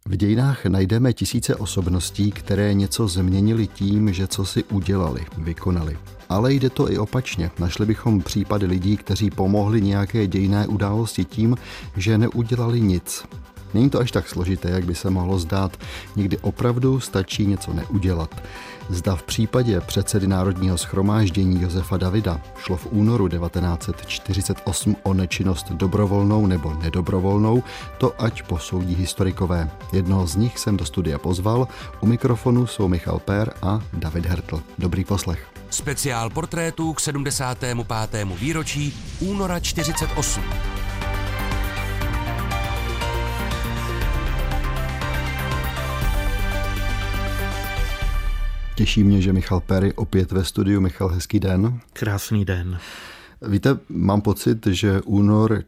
V dějinách najdeme tisíce osobností, které něco změnili tím, že co si udělali, vykonali. Ale jde to i opačně. Našli bychom případy lidí, kteří pomohli nějaké dějinné události tím, že neudělali nic. Není to až tak složité, jak by se mohlo zdát. Někdy opravdu stačí něco neudělat. Zda v případě předsedy Národního shromáždění Josefa Davida šlo v únoru 1948 o nečinnost dobrovolnou nebo nedobrovolnou, to ať posoudí historikové. Jednoho z nich jsem do studia pozval. U mikrofonu jsou Michal Pér a David Hertl. Dobrý poslech. Speciál portrétů k 75. výročí února 48. Těší mě, že Michal Pér je opět ve studiu. Michal, hezký den. Krásný den. Víte, mám pocit, že únor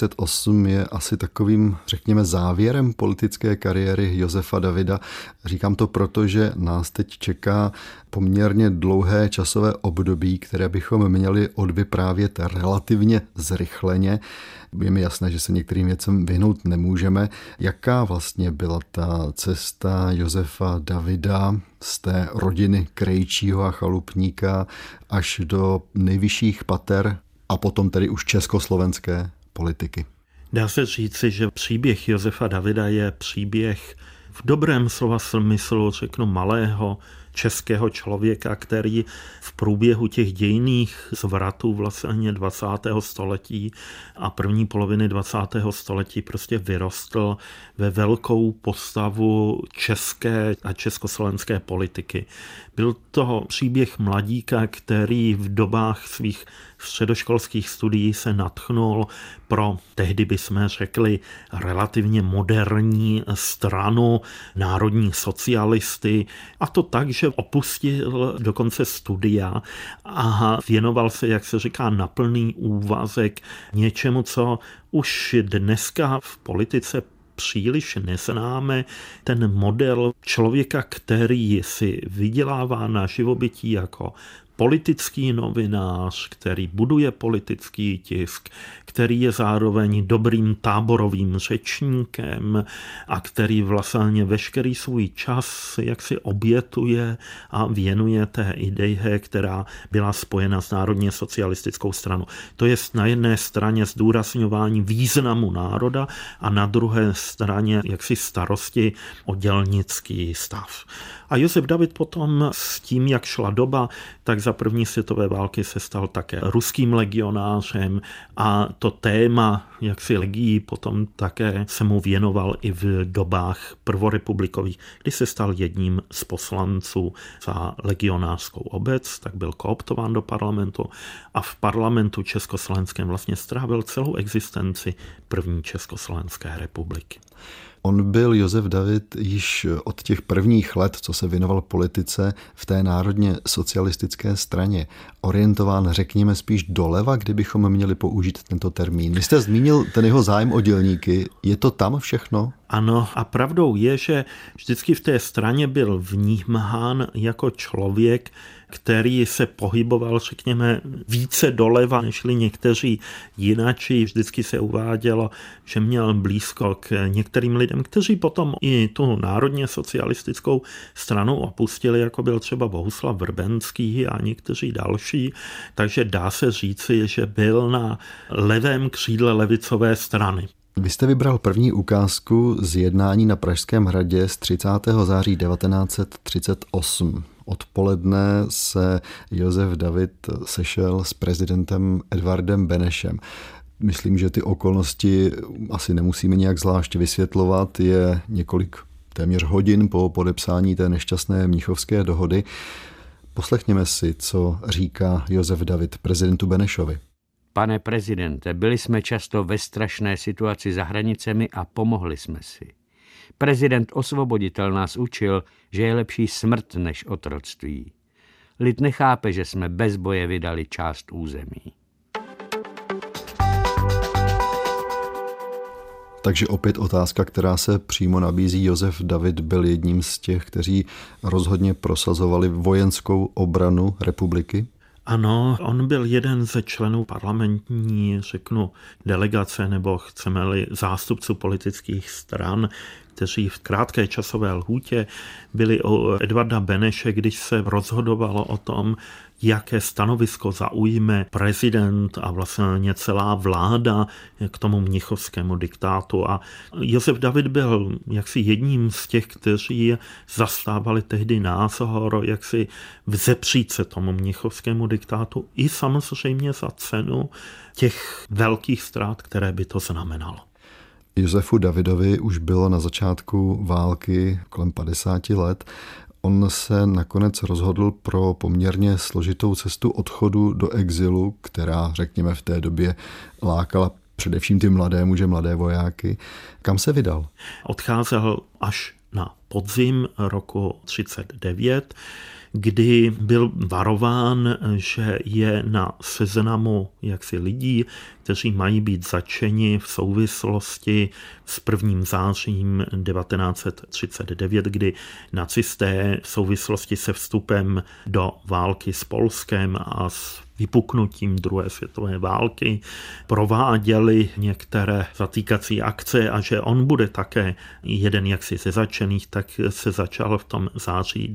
48 je asi takovým, řekněme, závěrem politické kariéry Josefa Davida. Říkám to proto, že nás teď čeká poměrně dlouhé časové období, které bychom měli odvyprávět relativně zrychleně. Je mi jasné, že se některým věcem vyhnout nemůžeme. Jaká vlastně byla ta cesta Josefa Davida z té rodiny krejčího a chalupníka až do nejvyšších pater a potom tedy už československé politiky? Dá se říci, že příběh Josefa Davida je příběh v dobrém slova smyslu, řeknu, malého českého člověka, který v průběhu těch dějinných zvratů vlastně 20. století a první poloviny 20. století prostě vyrostl ve velkou postavu české a československé politiky. Byl to příběh mladíka, který v dobách svých středoškolských studií se nadchnul pro, tehdy bychom řekli, relativně moderní stranu, národní socialisty, a to tak, že opustil dokonce studia a věnoval se, jak se říká, na plný úvazek něčemu, co už dneska v politice příliš neznáme, ten model člověka, který si vydělává na živobytí jako politický novinář, který buduje politický tisk, který je zároveň dobrým táborovým řečníkem a který vlastně veškerý svůj čas jaksi obětuje a věnuje té ideji, která byla spojena s národně socialistickou stranou. To je na jedné straně zdůrazňování významu národa a na druhé straně jaksi starosti o dělnický stav. A Josef David potom s tím, jak šla doba, tak za první světové války se stal také ruským legionářem a to téma jaksi legií potom také se mu věnoval i v dobách prvorepublikových, kdy se stal jedním z poslanců za legionářskou obec, tak byl kooptován do parlamentu a v parlamentu československém vlastně strávil celou existenci první Československé republiky. On byl, Josef David, již od těch prvních let, co se věnoval politice, v té národně socialistické straně orientován, řekněme, spíš doleva, kdybychom měli použít tento termín. Vy jste zmínil ten jeho zájem o dělníky. Je to tam všechno? Ano, a pravdou je, že vždycky v té straně byl vnímán jako člověk, který se pohyboval, řekněme, více doleva, nežli někteří jinači. Vždycky se uvádělo, že měl blízko k některým lidem, kteří potom i tu národně socialistickou stranu opustili, jako byl třeba Bohuslav Vrbenský a někteří další. Takže dá se říci, že byl na levém křídle levicové strany. Vy jste vybral první ukázku z jednání na Pražském hradě z 30. září 1938. Odpoledne se Josef David sešel s prezidentem Edvardem Benešem. Myslím, že ty okolnosti asi nemusíme nějak zvlášť vysvětlovat. Je několik téměř hodin po podepsání té nešťastné Mnichovské dohody. Poslechněme si, co říká Josef David prezidentu Benešovi. Pane prezidente, byli jsme často ve strašné situaci za hranicemi a pomohli jsme si. Prezident osvoboditel nás učil, že je lepší smrt než otroctví. Lid nechápe, že jsme bez boje vydali část území. Takže opět otázka, která se přímo nabízí. Josef David byl jedním z těch, kteří rozhodně prosazovali vojenskou obranu republiky? Ano, on byl jeden ze členů parlamentní, řeknu, delegace, nebo chceme-li zástupců politických stran, kteří v krátké časové lhůtě byli o Edvarda Beneše, když se rozhodovalo o tom, jaké stanovisko zaujme prezident a vlastně celá vláda k tomu mnichovskému diktátu. A Josef David byl jaksi jedním z těch, kteří zastávali tehdy názor, jaksi vzepřít se tomu mnichovskému diktátu i samozřejmě za cenu těch velkých ztrát, které by to znamenalo. Josefu Davidovi už bylo na začátku války kolem 50 let. On se nakonec rozhodl pro poměrně složitou cestu odchodu do exilu, která, řekněme, v té době lákala především ty mladé muže, mladé vojáky. Kam se vydal? Odcházel až na podzim roku 1939, kdy byl varován, že je na seznamu jaksi lidí, kteří mají být zatčeni v souvislosti s 1. zářím 1939, kdy nacisté v souvislosti se vstupem do války s Polskem a s vypuknutím druhé světové války prováděli některé zatýkací akce a že on bude také jeden jaksi ze zatčených, tak se začal v tom září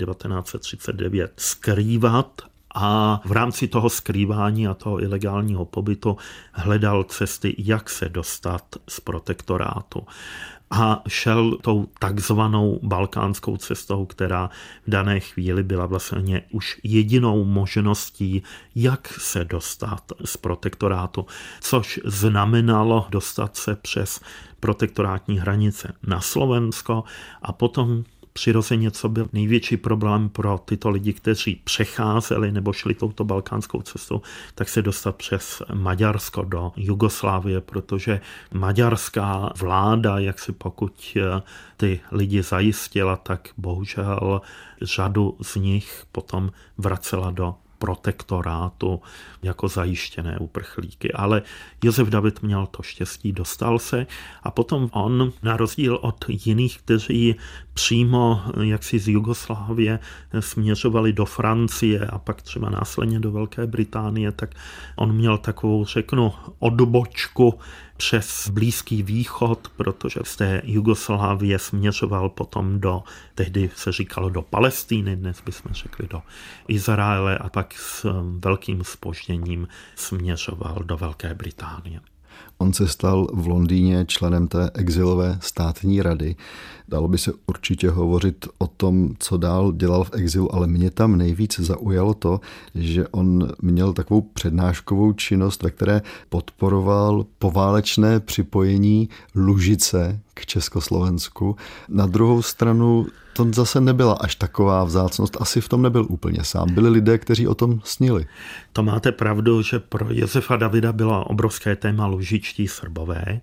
1939 skrývat a v rámci toho skrývání a toho ilegálního pobytu hledal cesty, jak se dostat z protektorátu. A šel tou takzvanou balkánskou cestou, která v dané chvíli byla vlastně už jedinou možností, jak se dostat z protektorátu, což znamenalo dostat se přes protektorátní hranice na Slovensko a potom přirozeně, co byl největší problém pro tyto lidi, kteří přecházeli nebo šli touto balkánskou cestou, tak se dostat přes Maďarsko do Jugoslávie, protože maďarská vláda, jak si pokud ty lidi zajistila, tak bohužel řadu z nich potom vracela do protektorátu jako zajištěné uprchlíky. Ale Josef David měl to štěstí, dostal se a potom on, na rozdíl od jiných, kteří přímo jaksi z Jugoslávie směřovali do Francie a pak třeba následně do Velké Británie, tak on měl takovou, řeknu, odbočku přes Blízký východ, protože z té Jugoslávie směřoval potom do, tehdy se říkalo do Palestíny, dnes bychom řekli do Izraele a pak s velkým zpožděním směřoval do Velké Británie. On se stal v Londýně členem té exilové státní rady. Dalo by se určitě hovořit o tom, co dál dělal v exilu, ale mě tam nejvíc zaujalo to, že on měl takovou přednáškovou činnost, ve které podporoval poválečné připojení Lužice k Československu. Na druhou stranu to zase nebyla až taková vzácnost, asi v tom nebyl úplně sám. Byli lidé, kteří o tom snili. To máte pravdu, že pro Josefa Davida bylo obrovské téma lužičtí Srbové.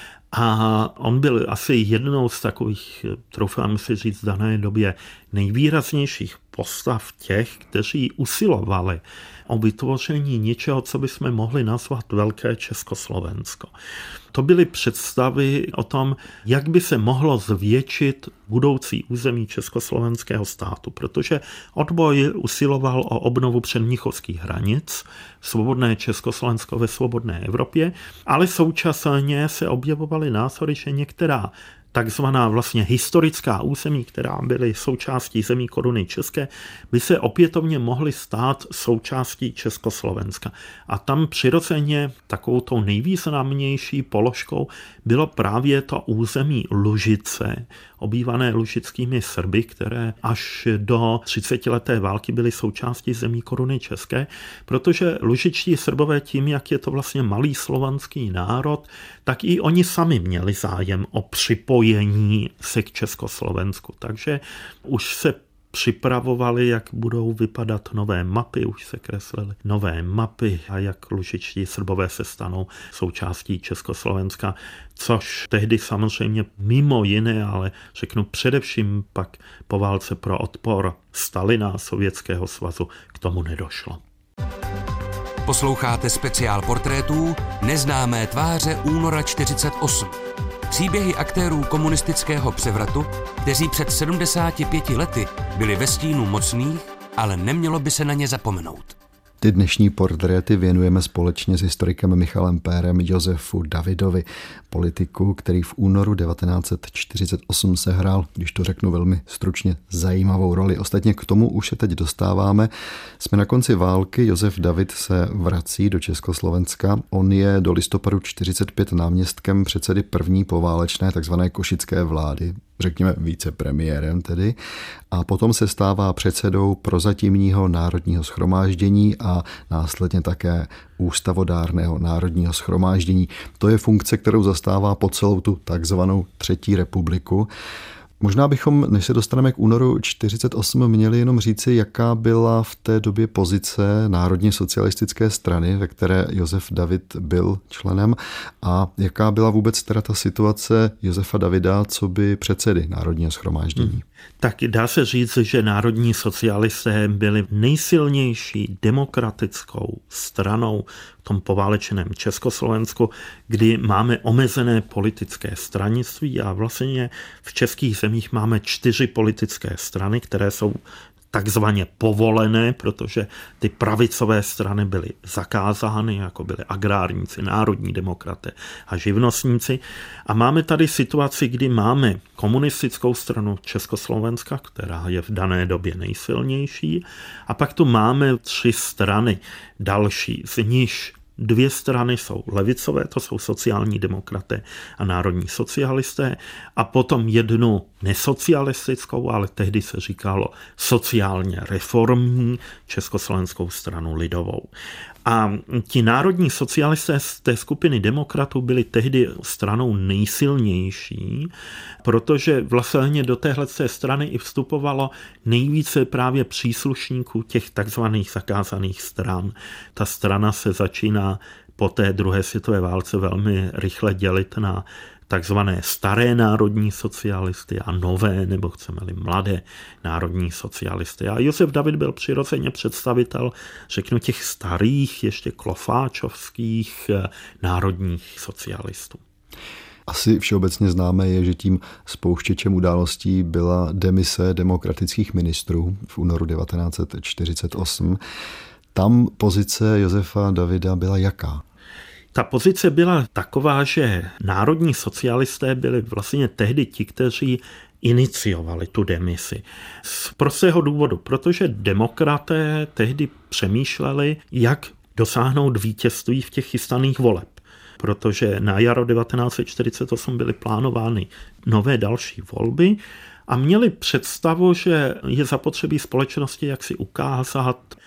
A on byl asi jednou z takových, troufám si říct, v dané době nejvýraznějších postav těch, kteří usilovali o vytvoření něčeho, co bychom mohli nazvat Velké Československo. To byly představy o tom, jak by se mohlo zvětšit budoucí území československého státu, protože odboj usiloval o obnovu předmnichovských hranic, svobodné Československo ve svobodné Evropě, ale současně se objevovaly názory, že některá takzvaná vlastně historická území, která byly součástí zemí koruny české, by se opětovně mohly stát součástí Československa. A tam přirozeně takovou tou nejvýznamnější položkou bylo právě to území Lužice, obývané lužickými Srby, které až do 30leté války byly součástí zemí koruny české, protože lužičtí Srbové tím, jak je to vlastně malý slovanský národ, tak i oni sami měli zájem o připojení se k Československu. Takže už se připravovali, jak budou vypadat nové mapy, už se kreslily nové mapy a jak lužičtí Srbové se stanou součástí Československa, což tehdy samozřejmě mimo jiné, ale řeknu především pak po válce pro odpor Stalina a Sovětského svazu k tomu nedošlo. Posloucháte speciál portrétů Neznámé tváře února 48. Příběhy aktérů komunistického převratu, kteří před 75 lety byli ve stínu mocných, ale nemělo by se na ně zapomenout. Ty dnešní portréty věnujeme společně s historikem Michalem Pérem Josefu Davidovi, politiku, který v únoru 1948 sehrál, když to řeknu velmi stručně, zajímavou roli. Ostatně k tomu už se teď dostáváme. Jsme na konci války, Josef David se vrací do Československa. On je do listopadu 1945 náměstkem předsedy první poválečné takzvané košické vlády, řekněme vicepremiérem tedy, a potom se stává předsedou prozatímního národního shromáždění a následně také ústavodárného národního shromáždění. To je funkce, kterou zastává po celou tu takzvanou třetí republiku. Možná bychom, než se dostaneme k únoru 1948, měli jenom říci, jaká byla v té době pozice Národně socialistické strany, ve které Josef David byl členem, a jaká byla vůbec teda ta situace Josefa Davida coby předsedy Národního shromáždění. Tak dá se říct, že národní socialisté byli nejsilnější demokratickou stranou v tom poválečeném Československu, kdy máme omezené politické stranictví a vlastně v českých zemích máme 4 politické strany, které jsou takzvaně povolené, protože ty pravicové strany byly zakázány, jako byly agrárníci, národní demokraté a živnostníci. A máme tady situaci, kdy máme komunistickou stranu Československa, která je v dané době nejsilnější, a pak tu máme 3 strany další, z nichž 2 strany jsou levicové, to jsou sociální demokraté a národní socialisté, a potom jednu nesocialistickou, ale tehdy se říkalo sociálně reformní Československou stranu lidovou. A ti národní socialisté z té skupiny demokratů byli tehdy stranou nejsilnější, protože vlastně do téhle strany i vstupovalo nejvíce právě příslušníků těch takzvaných zakázaných stran. Ta strana se začíná po té druhé světové válce velmi rychle dělit na takzvané staré národní socialisty a nové, nebo chceme-li mladé národní socialisty. A Josef David byl přirozeně představitel, řeknu, těch starých, ještě klofáčovských národních socialistů. Asi všeobecně známé je, že tím spouštěčem událostí byla demise demokratických ministrů v únoru 1948. Tam pozice Josefa Davida byla jaká? Ta pozice byla taková, že národní socialisté byli vlastně tehdy ti, kteří iniciovali tu demisi. Z prostého důvodu, protože demokraté tehdy přemýšleli, jak dosáhnout vítězství v těch chystaných voleb. Protože na jaro 1948 byly plánovány nové další volby a měli představu, že je zapotřebí společnosti jak si ukázat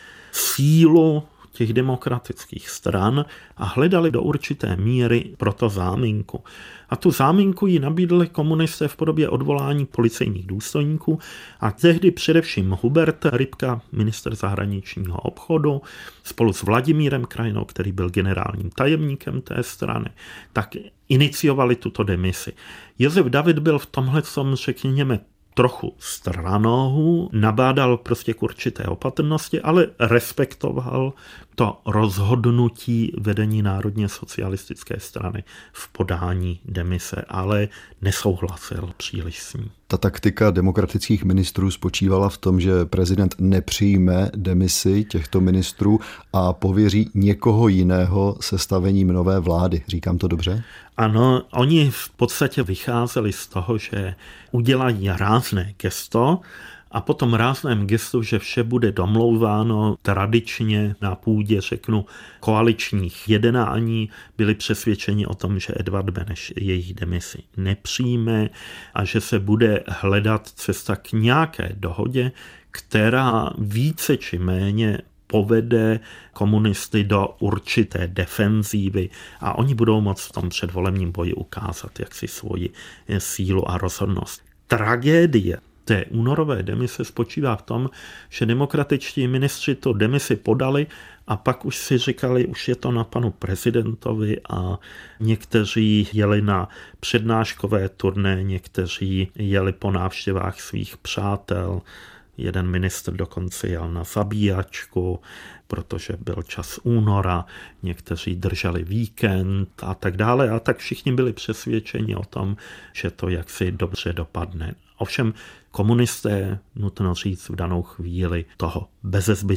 sílu těch demokratických stran a hledali do určité míry proto záminku. A tu záminku ji nabídli komunisté v podobě odvolání policejních důstojníků a tehdy především Hubert Ripka, ministr zahraničního obchodu, spolu s Vladimírem Krajinou, který byl generálním tajemníkem té strany, tak iniciovali tuto demisi. Josef David byl v tomhle, řekněme, trochu stranou, nabádal prostě k určité opatrnosti, ale respektoval to rozhodnutí vedení Národně socialistické strany v podání demise, ale nesouhlasil příliš s ní. Ta taktika demokratických ministrů spočívala v tom, že prezident nepřijme demisi těchto ministrů a pověří někoho jiného sestavením nové vlády. Říkám to dobře? Ano, oni v podstatě vycházeli z toho, že udělají rázné gesto a po tom rázném gestu, že vše bude domlouváno tradičně na půdě, řeknu, koaličních jednání, byli přesvědčeni o tom, že Edvard Beneš jejich demisi nepřijme a že se bude hledat cesta k nějaké dohodě, která více či méně povede komunisty do určité defenzívy a oni budou moct v tom předvolebním boji ukázat jaksi svoji sílu a rozhodnost. Tragédie té únorové demise spočívá v tom, že demokratičtí ministři to demisi podali a pak už si říkali, už je to na panu prezidentovi a někteří jeli na přednáškové turné, někteří jeli po návštěvách svých přátel. Jeden ministr dokonce jel na zabíjačku, protože byl čas února, někteří drželi víkend a tak dále. A tak všichni byli přesvědčeni o tom, že to jaksi dobře dopadne. Ovšem komunisté, nutno říct, v danou chvíli toho bezezbytku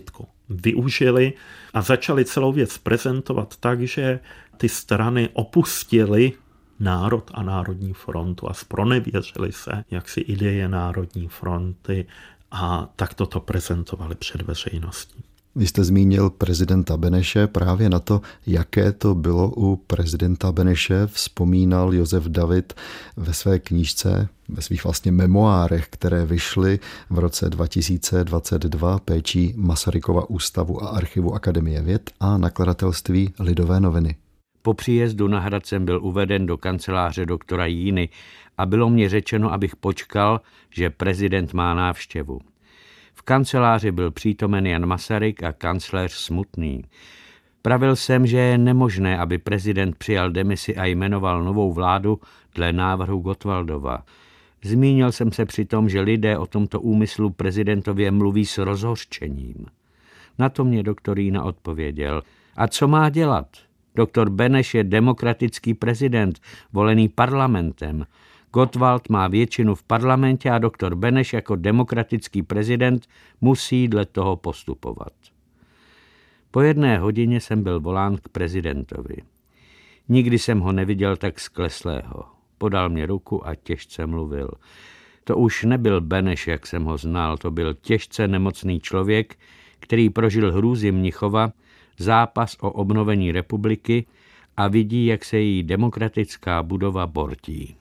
využili a začali celou věc prezentovat tak, že ty strany opustily národ a Národní frontu a zpronevěřili se jaksi ideje Národní fronty a tak toto prezentovali před veřejností. Vy jste zmínil prezidenta Beneše, právě na to, jaké to bylo u prezidenta Beneše, vzpomínal Josef David ve své knížce, ve svých vlastně memoárech, které vyšly v roce 2022 péčí Masarykova ústavu a archivu Akademie věd a nakladatelství Lidové noviny. Po příjezdu na Hrad jsem byl uveden do kanceláře doktora Jíny a bylo mě řečeno, abych počkal, že prezident má návštěvu. V kanceláři byl přítomen Jan Masaryk a kancléř Smutný. Pravil jsem, že je nemožné, aby prezident přijal demisi a jmenoval novou vládu dle návrhu Gottwaldova. Zmínil jsem se přitom, že lidé o tomto úmyslu prezidentově mluví s rozhořčením. Na to mě doktor Jína odpověděl. A co má dělat? Doktor Beneš je demokratický prezident, volený parlamentem. Gottwald má většinu v parlamentě a doktor Beneš jako demokratický prezident musí dle toho postupovat. Po 1 hodině jsem byl volán k prezidentovi. Nikdy jsem ho neviděl tak skleslého. Podal mě ruku a těžce mluvil. To už nebyl Beneš, jak jsem ho znal, to byl těžce nemocný člověk, který prožil hrůzy Mnichova, zápas o obnovení republiky a vidí, jak se její demokratická budova bortí.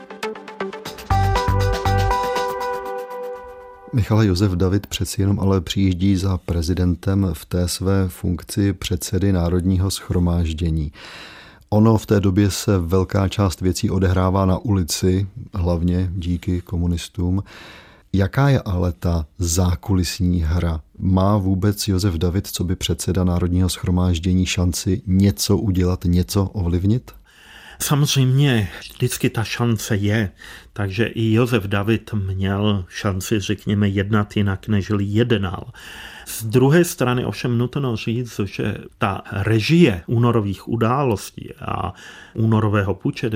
Michale, Josef David přeci jenom ale přijíždí za prezidentem v té své funkci předsedy Národního shromáždění. Ono v té době se velká část věcí odehrává na ulici, hlavně díky komunistům. Jaká je ale ta zákulisní hra? Má vůbec Josef David, co by předseda Národního shromáždění, šanci něco udělat, něco ovlivnit? Samozřejmě vždycky ta šance je, takže i Josef David měl šanci, řekněme, jednat jinak, než jednal. Z druhé strany ovšem nutno říct, že ta režie únorových událostí a únorového puče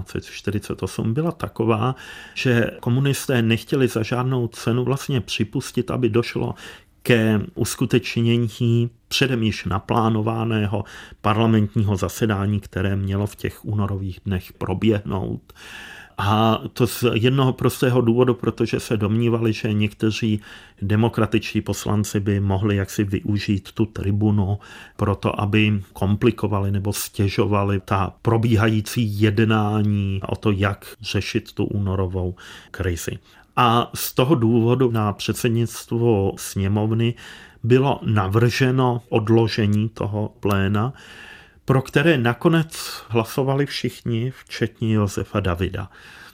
1948 byla taková, že komunisté nechtěli za žádnou cenu vlastně připustit, aby došlo ke uskutečnění předem již naplánovaného parlamentního zasedání, které mělo v těch únorových dnech proběhnout. A to z jednoho prostého důvodu, protože se domnívali, že někteří demokratičtí poslanci by mohli jaksi využít tu tribunu proto, aby komplikovali nebo stěžovali ta probíhající jednání o to, jak řešit tu únorovou krizi. A z toho důvodu na předsednictvo sněmovny bylo navrženo odložení toho pléna, pro které nakonec hlasovali všichni, včetně Josefa Davida.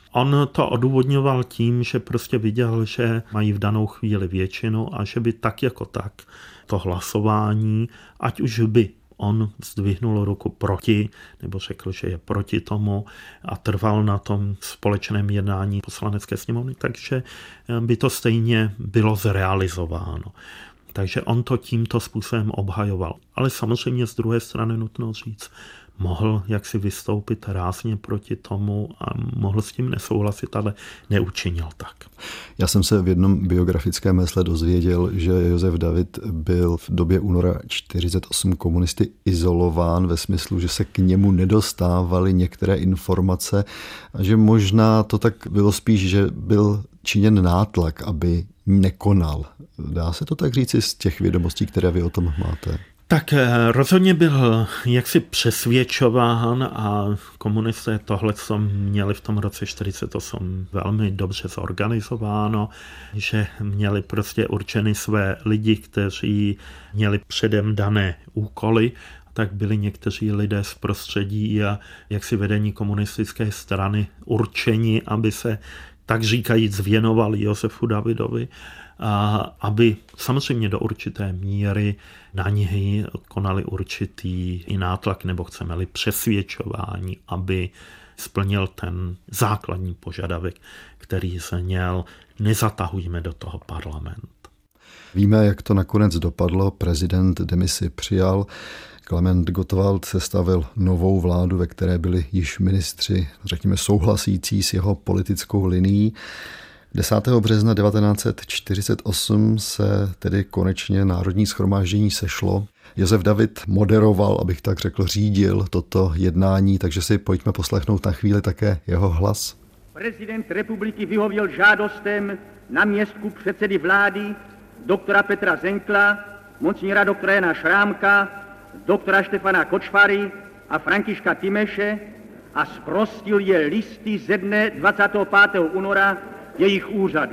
On to odůvodňoval tím, že prostě viděl, že mají v danou chvíli většinu a že by tak jako tak to hlasování, ať už by on zdvihnul ruku proti, nebo řekl, že je proti tomu a trval na tom společném jednání poslanecké sněmovny, takže by to stejně bylo zrealizováno. Takže on to tímto způsobem obhajoval. Ale samozřejmě z druhé strany nutno říct, mohl jaksi vystoupit rázně proti tomu a mohl s tím nesouhlasit, ale neučinil tak. Já jsem se v jednom biografickém hesle dozvěděl, že Josef David byl v době února 1948 komunisty izolován ve smyslu, že se k němu nedostávaly některé informace a že možná to tak bylo spíš, že byl činěn nátlak, aby nekonal. Dá se to tak říci z těch vědomostí, které vy o tom máte? Tak rozhodně byl jaksi přesvědčován a komunisté tohle měli v tom roce 1948 velmi dobře zorganizováno, že měli prostě určeny své lidi, kteří měli předem dané úkoly, tak byli někteří lidé z prostředí a jaksi vedení komunistické strany určeni, aby se tak říkajíc věnovali Josefu Davidovi, a aby samozřejmě do určité míry na něj konali určitý i nátlak, nebo chceme-li přesvědčování, aby splnil ten základní požadavek, který zněl: nezatahujme do toho parlament. Víme, jak to nakonec dopadlo. Prezident demisi přijal. Klement Gottwald sestavil novou vládu, ve které byli již ministři, řekněme, souhlasící s jeho politickou linií. 10. března 1948 se tedy konečně Národní shromáždění sešlo. Josef David moderoval, abych tak řekl, řídil toto jednání, takže si pojďme poslechnout na chvíli také jeho hlas. Prezident republiky vyhověl žádostem náměstků předsedy vlády doktora Petra Zenkla, monsignora doktora Jana Šrámka, doktora Štefana Kočfary a Františka Timeše a zprostil je listy ze dne 25. února jejich úřadu.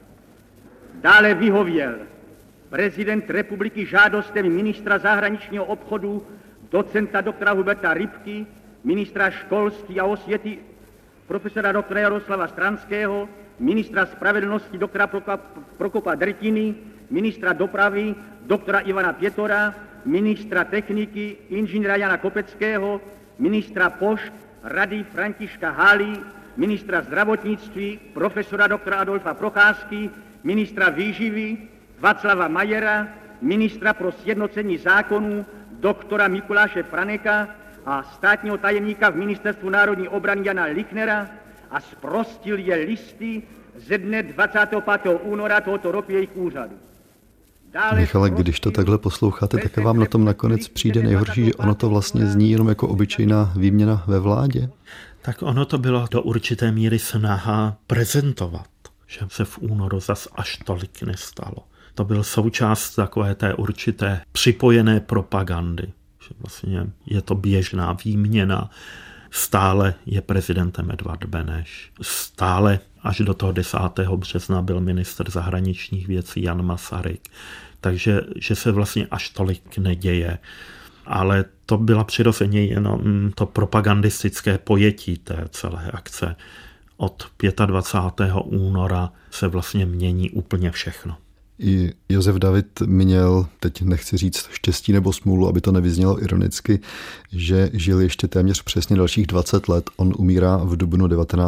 Dále vyhověl prezident republiky žádostem ministra zahraničního obchodu docenta doktora Huberta Rybky, ministra školství a osvěty profesora doktora Jaroslava Stranského, ministra spravedlnosti doktora Prokopa Drtiny, ministra dopravy doktora Ivana Pětora, ministra techniky inženýra Jana Kopeckého, ministra pošt rady Františka Hálí, ministra zdravotnictví profesora doktora Adolfa Procházky, ministra výživy Václava Majera, ministra pro sjednocení zákonů doktora Mikuláše Franeka a státního tajemníka v Ministerstvu národní obrany Jana Lichnera a zprostil je listy ze dne 25. února tohoto roku jejich úřadu. Michale, když to takhle posloucháte, tak vám na tom nakonec přijde nejhorší, že ono to vlastně zní jenom jako obyčejná výměna ve vládě? Tak ono to bylo do určité míry snaha prezentovat, že se v únoru zas až tolik nestalo. To byl součást takové té určité připojené propagandy, že vlastně je to běžná výměna. Stále je prezidentem Edvard Beneš. Stále až do toho 10. března byl ministr zahraničních věcí Jan Masaryk. Takže že se vlastně až tolik neděje. Ale to byla přirozeně jenom to propagandistické pojetí té celé akce. Od 25. února se vlastně mění úplně všechno. I Josef David měl, teď nechci říct štěstí nebo smůlu, aby to nevyznělo ironicky, že žil ještě téměř přesně dalších 20 let. On umírá v dubnu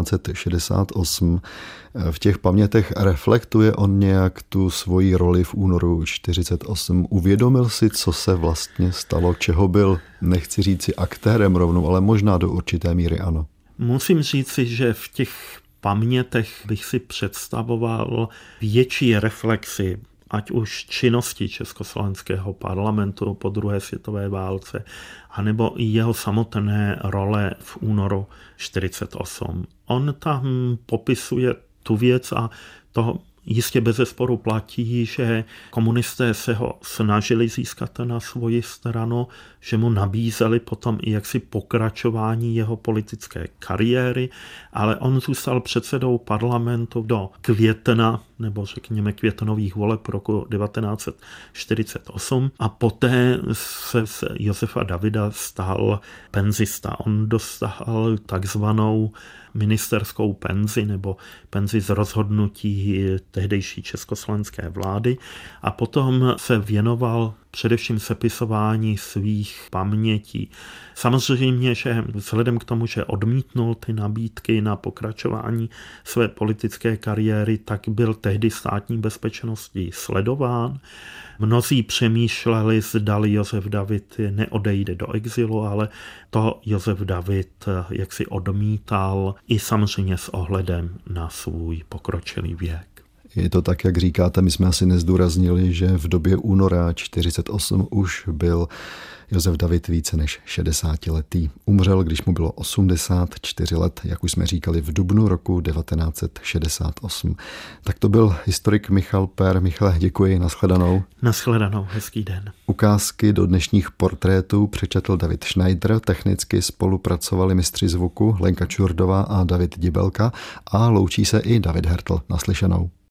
1968. V těch pamětech reflektuje on nějak tu svoji roli v únoru 1948. Uvědomil si, co se vlastně stalo, čeho byl, nechci říci aktérem rovnou, ale možná do určité míry ano. Musím říci, že v těch pamětech bych si představoval větší reflexi, ať už činnosti Československého parlamentu po druhé světové válce, anebo i jeho samotné role v únoru 1948. On tam popisuje tu věc a to jistě bezesporu platí, že komunisté se ho snažili získat na svoji stranu, že mu nabízeli potom i jaksi pokračování jeho politické kariéry, ale on zůstal předsedou parlamentu do května, nebo řekněme květnových voleb roku 1948 a poté se z Josefa Davida stal penzista. On dostal takzvanou ministerskou penzi nebo penzi z rozhodnutí tehdejší československé vlády a potom se věnoval především sepisování svých pamětí. Samozřejmě, že vzhledem k tomu, že odmítnul ty nabídky na pokračování své politické kariéry, tak byl tehdy státní bezpečností sledován. Mnozí přemýšleli, zdali Josef David neodejde do exilu, ale to Josef David jaksi odmítal i samozřejmě s ohledem na svůj pokročilý věk. Je to tak, jak říkáte, my jsme asi nezdůraznili, že v době února 1948 už byl Josef David více než 60letý. Umřel, když mu bylo 84 let, jak už jsme říkali, v dubnu roku 1968. Tak to byl historik Michal Per. Michale, děkuji, nashledanou. Nashledanou, hezký den. Ukázky do dnešních portrétů přečetl David Schneider, technicky spolupracovali mistři zvuku Lenka Čurdová a David Dibelka a loučí se i David Hertl. Naslyšenou.